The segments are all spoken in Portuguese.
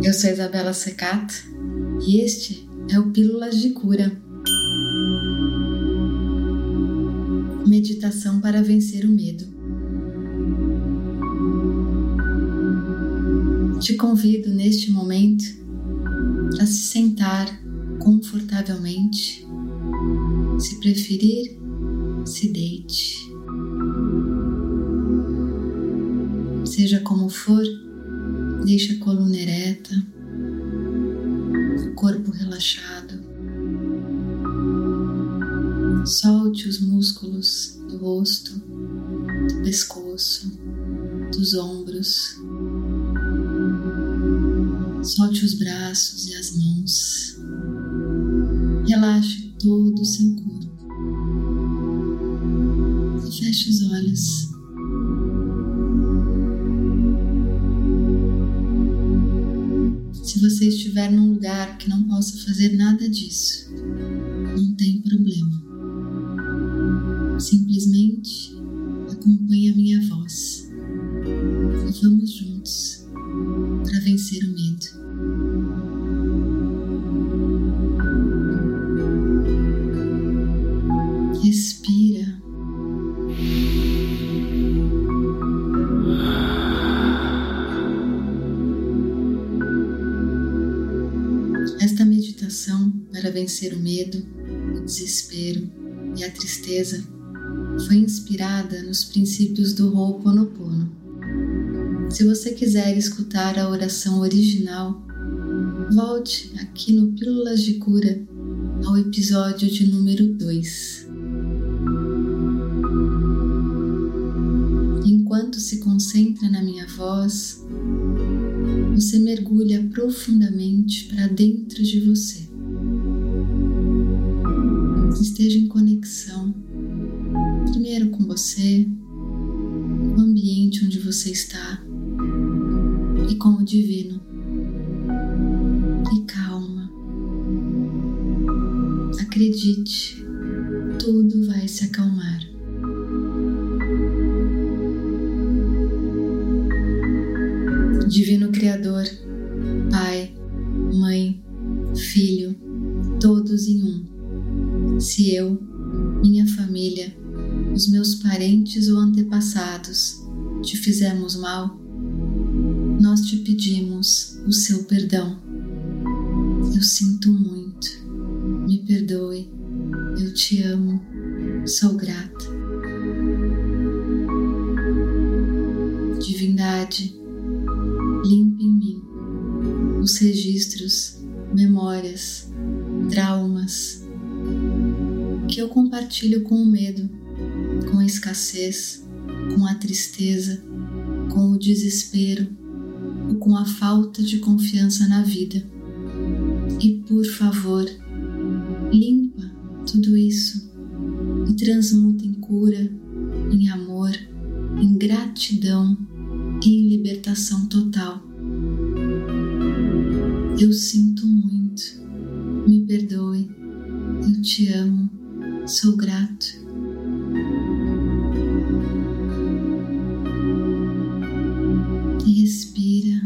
Eu sou Isabela Secato e este é o Pílulas de Cura. Meditação para vencer o medo. Te convido neste momento a se sentar confortavelmente. Se preferir, se deite. Seja como for, deixe a coluna ereta, o corpo relaxado. Solte os músculos do rosto, do pescoço, dos ombros. Solte os braços e as mãos. Relaxe todo o seu corpo. E feche os olhos. Se você estiver num lugar que não possa fazer nada disso, não tem problema. Simplesmente acompanhe a minha voz e vamos juntos para vencer o medo. Respira. Esta meditação para vencer o medo, o desespero e a tristeza foi inspirada nos princípios do Ho'oponopono. Se você quiser escutar a oração original, volte aqui no Pílulas de Cura ao episódio de número 2. Enquanto se concentra na minha voz, você mergulha profundamente para dentro de você. Esteja em conexão, primeiro com você, com o ambiente onde você está e com o divino. E calma. Acredite, tudo vai se acalmar. Divino Criador, Pai, Mãe, Filho, todos em um. Se eu, minha família, os meus parentes ou antepassados te fizemos mal, nós te pedimos o seu perdão. Eu sinto muito, me perdoe, eu te amo, sou grata. Divindade, limpe em mim os registros, memórias, traumas que eu compartilho com o medo, com a escassez, com a tristeza, com o desespero ou com a falta de confiança na vida. E por favor, limpa tudo isso e transmuta em cura, em amor, em gratidão e em libertação total. Eu sinto muito, me perdoe, eu te amo, sou grato. E respira.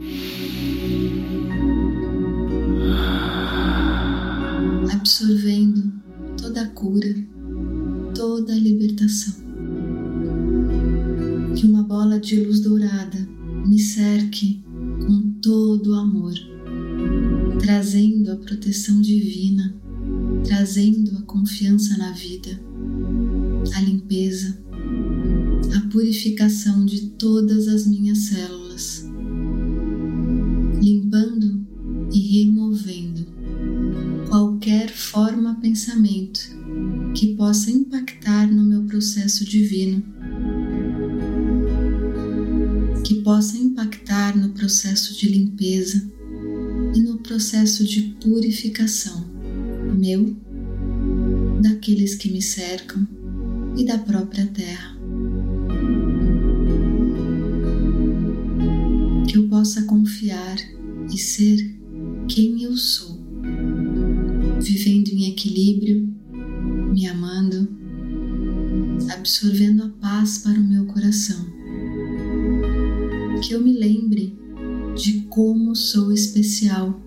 Absorvendo toda a cura, toda a libertação. Que uma bola de luz dourada me cerque com todo o amor, trazendo a proteção divina, trazendo a confiança na vida, a limpeza, a purificação de todas as minhas células, limpando e removendo qualquer forma pensamento que possa impactar no meu processo divino, que possa impactar no processo de limpeza e no processo de purificação meu, daqueles que me cercam e da própria Terra. Que eu possa confiar e ser quem eu sou, vivendo em equilíbrio, me amando, absorvendo a paz para o meu coração. Que eu me lembre de como sou especial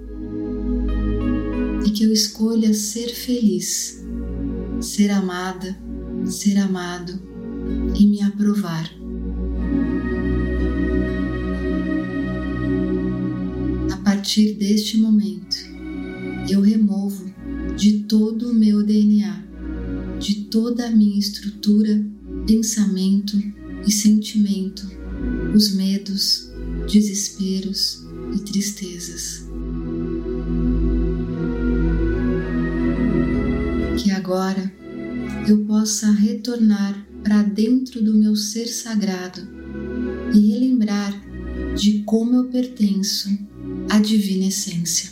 e que eu escolha ser feliz, ser amada, ser amado e me aprovar. A partir deste momento, eu removo de todo o meu DNA, de toda a minha estrutura, pensamento e sentimento, os medos, desesperos e tristezas. Que agora eu possa retornar para dentro do meu ser sagrado e relembrar de como eu pertenço à divina essência.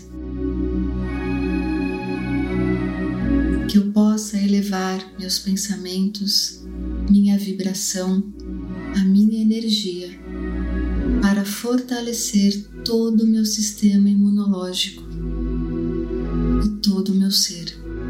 Que eu possa elevar meus pensamentos, minha vibração, a minha energia para fortalecer todo o meu sistema imunológico e todo o meu ser.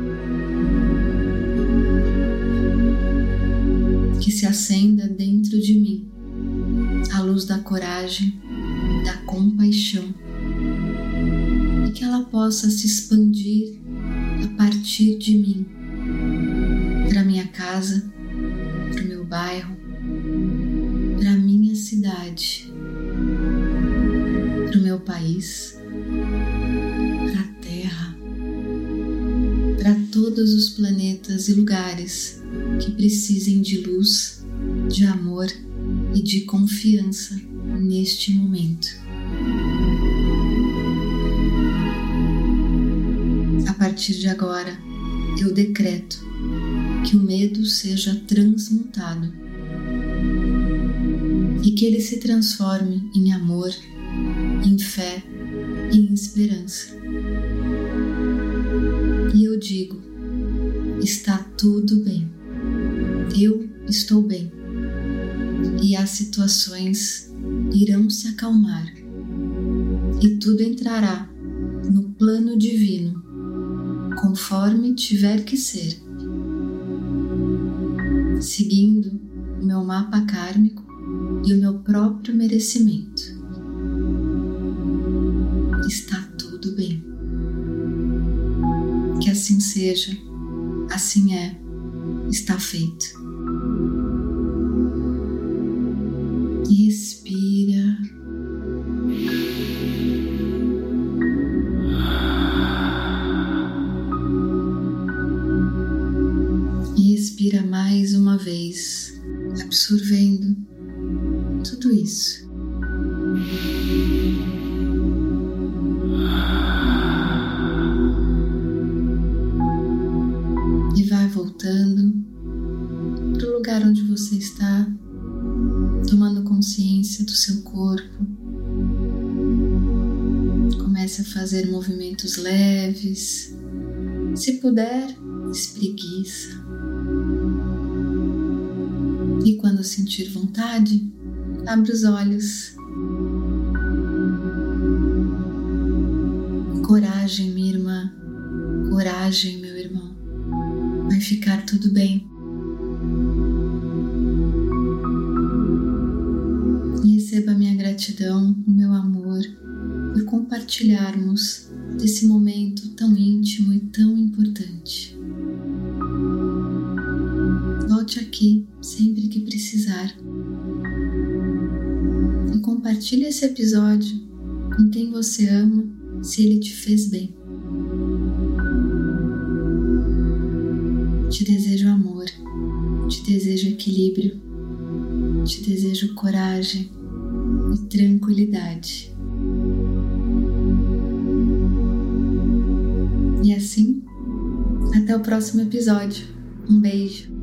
Que se acenda dentro de mim a luz da coragem, da compaixão e que ela possa se expandir a partir de mim para minha casa, para o meu bairro, para a minha cidade, para o meu país, para a Terra, para todos os planetas e lugares que precisem de luz, de amor e de confiança neste momento. A partir de agora, eu decreto que o medo seja transmutado e que ele se transforme em amor, em fé e em esperança. E eu digo, está tudo bem. Eu estou bem. E as situações irão se acalmar. E tudo entrará no plano divino, conforme tiver que ser, seguindo o meu mapa kármico e o meu próprio merecimento. Está tudo bem. Que assim seja, assim é, está feito. E respira. E respira mais uma vez, absorvendo tudo isso. E vai voltando para o lugar onde você está, tomando consciência do seu corpo. Comece a fazer movimentos leves. Se puder, espreguiça. E quando sentir vontade, abre os olhos. Coragem, minha irmã. Coragem, meu irmão. Vai ficar tudo bem. E receba a minha gratidão, o meu amor, por compartilharmos desse momento tão íntimo e tão importante. Volte aqui sempre que precisar. E compartilhe esse episódio com quem você ama, se ele te fez bem. Te desejo amor, te desejo equilíbrio, te desejo coragem e tranquilidade. E assim, até o próximo episódio. Um beijo.